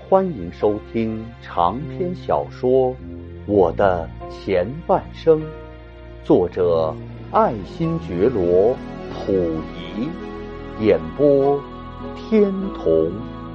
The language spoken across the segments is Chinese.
欢迎收听长篇小说《我的前半生》，作者爱新觉罗·溥仪，演播天童。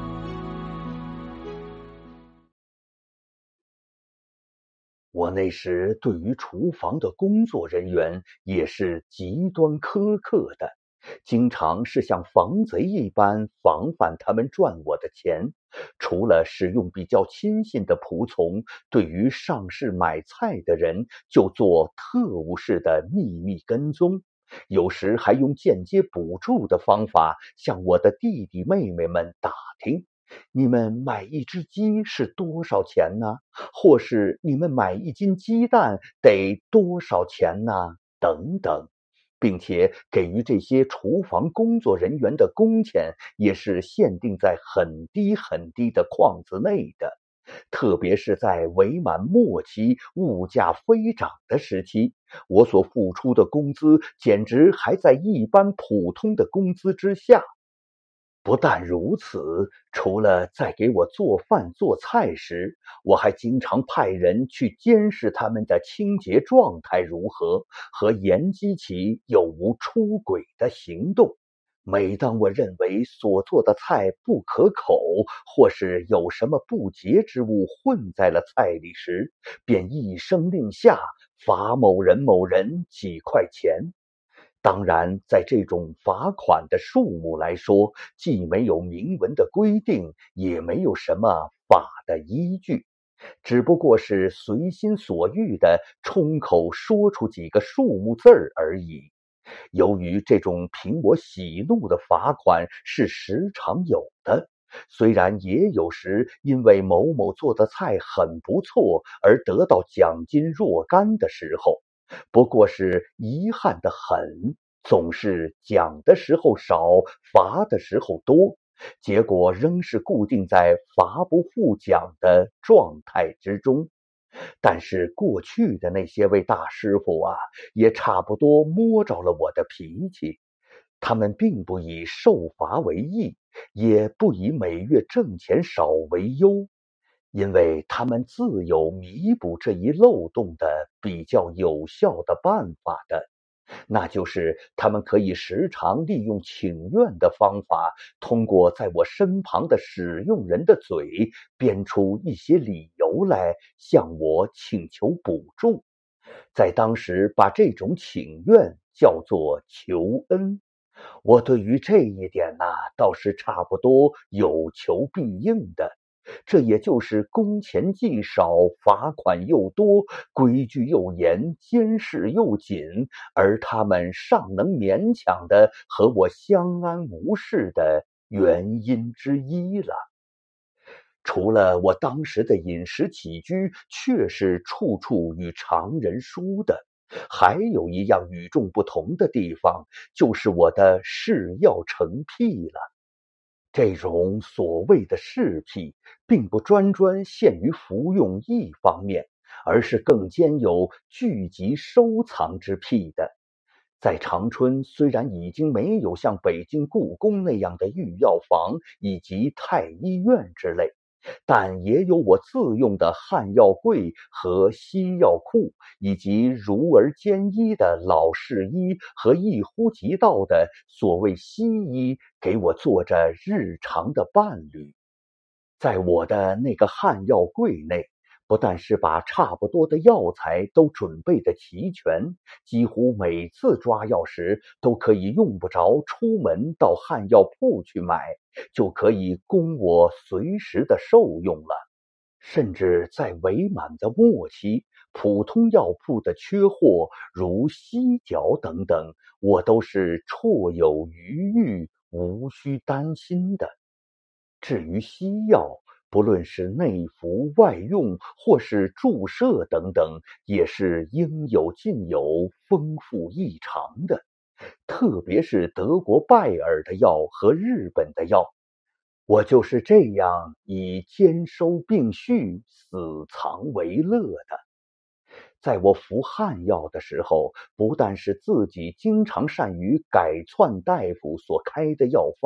我那时对于厨房的工作人员也是极端苛刻的，经常是像防贼一般防范他们赚我的钱。除了使用比较亲信的仆从，对于上市买菜的人就做特务式的秘密跟踪，有时还用间接补助的方法向我的弟弟妹妹们打听，你们买一只鸡是多少钱呢？或是你们买一斤鸡蛋得多少钱呢？等等。并且给予这些厨房工作人员的工钱也是限定在很低很低的框子内的，特别是在伪满末期物价飞涨的时期，我所付出的工资简直还在一般普通的工资之下。不但如此，除了在给我做饭做菜时，我还经常派人去监视他们的清洁状态如何，和研究其有无出轨的行动。每当我认为所做的菜不可口，或是有什么不洁之物混在了菜里时，便一声令下，罚某人某人几块钱。当然，在这种罚款的数目来说，既没有明文的规定，也没有什么法的依据，只不过是随心所欲地冲口说出几个数目字而已。由于这种凭我喜怒的罚款是时常有的，虽然也有时因为某某做的菜很不错而得到奖金若干的时候，不过是遗憾的很，总是奖的时候少，罚的时候多，结果仍是固定在罚不付奖的状态之中。但是过去的那些位大师傅啊，也差不多摸着了我的脾气。他们并不以受罚为义，也不以每月挣钱少为忧，因为他们自有弥补这一漏洞的比较有效的办法的，那就是他们可以时常利用请愿的方法，通过在我身旁的使用人的嘴编出一些理由来向我请求补助，在当时把这种请愿叫做求恩。我对于这一点倒是差不多有求必应的，这也就是工钱既少，罚款又多，规矩又严，监视又紧，而他们尚能勉强的和我相安无事的原因之一了。除了我当时的饮食起居确是处处与常人殊的，还有一样与众不同的地方，就是我的嗜药成癖了。这种所谓的嗜癖，并不专限于服用一方面，而是更兼有聚集收藏之癖的。在长春，虽然已经没有像北京故宫那样的御药房以及太医院之类，但也有我自用的汉药柜和西药库，以及如而兼医的老士医和一呼即到的所谓西医给我做着日常的伴侣。在我的那个汉药柜内，不但是把差不多的药材都准备的齐全，几乎每次抓药时都可以用不着出门到汉药铺去买，就可以供我随时的受用了。甚至在伪满的末期，普通药铺的缺货，如犀角等等，我都是绰有余裕，无需担心的。至于西药，不论是内服外用或是注射等等，也是应有尽有，丰富异常的。特别是德国拜耳的药和日本的药，我就是这样以兼收并蓄、死藏为乐的。在我服汉药的时候，不但是自己经常善于改篡大夫所开的药方，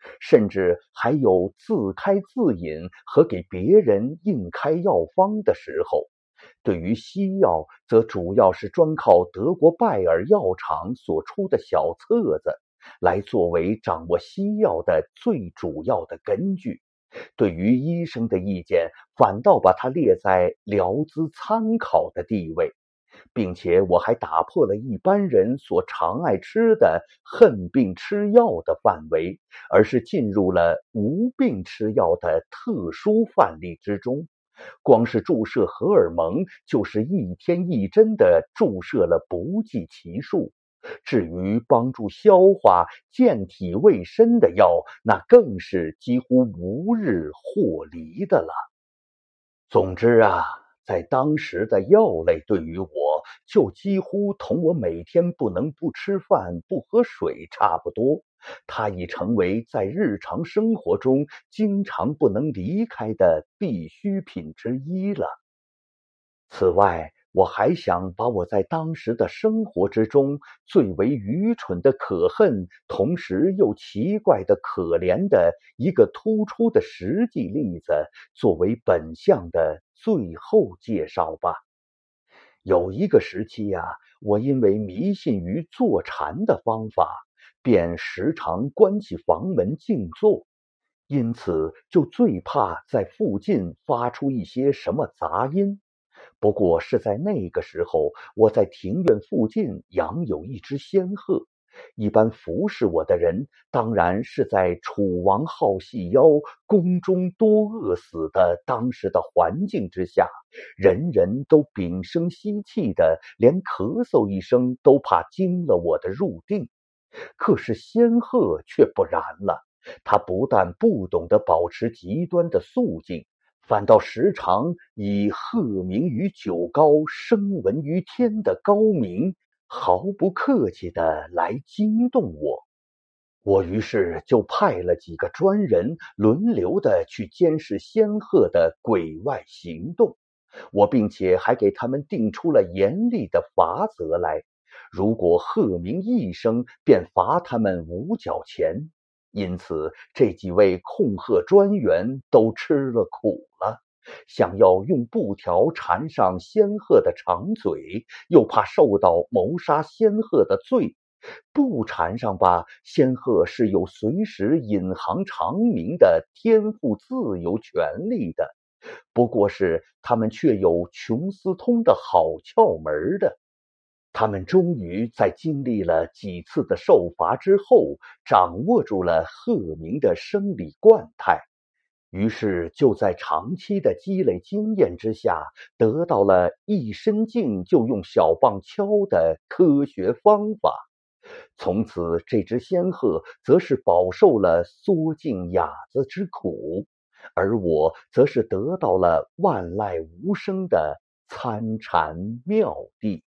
甚至还有自开自饮和给别人硬开药方的时候。对于西药，则主要是专靠德国拜耳药厂所出的小册子来作为掌握西药的最主要的根据。对于医生的意见，反倒把它列在聊资参考的地位。并且我还打破了一般人所常爱吃的恨病吃药的范围，而是进入了无病吃药的特殊范例之中。光是注射荷尔蒙，就是一天一针的注射了不计其数。至于帮助消化、健体卫身的药，那更是几乎无日或离的了。总之啊，在当时的药类对于我，就几乎同我每天不能不吃饭、不喝水差不多。它已成为在日常生活中经常不能离开的必需品之一了。此外，我还想把我在当时的生活之中最为愚蠢的可恨，同时又奇怪的可怜的一个突出的实际例子，作为本项的最后介绍吧。有一个时期呀，我因为迷信于坐禅的方法，便时常关起房门静坐，因此就最怕在附近发出一些什么杂音。不过是在那个时候，我在庭院附近养有一只仙鹤。一般服侍我的人，当然是在楚王好细腰，宫中多饿死的当时的环境之下，人人都屏声息气的，连咳嗽一声都怕惊了我的入定。可是仙鹤却不然了，它不但不懂得保持极端的肃静，反倒时常以鹤鸣于九高，声闻于天的高明，毫不客气地来惊动我。我于是就派了几个专人轮流的去监视仙鹤的鬼外行动，我并且还给他们定出了严厉的罚则来，如果鹤鸣一声，便罚他们5角钱。因此这几位控鹤专员都吃了苦了，想要用布条缠上仙鹤的长嘴，又怕受到谋杀仙鹤的罪。不缠上吧，仙鹤是有随时引航长鸣的天赋自由权利的，不过是他们却有穷思通的好窍门的。他们终于在经历了几次的受罚之后，掌握住了鹤鸣的生理惯态，于是就在长期的积累经验之下，得到了一伸颈就用小棒敲的科学方法。从此这只仙鹤则是饱受了缩颈哑子之苦，而我则是得到了万籁无声的参禅妙谛。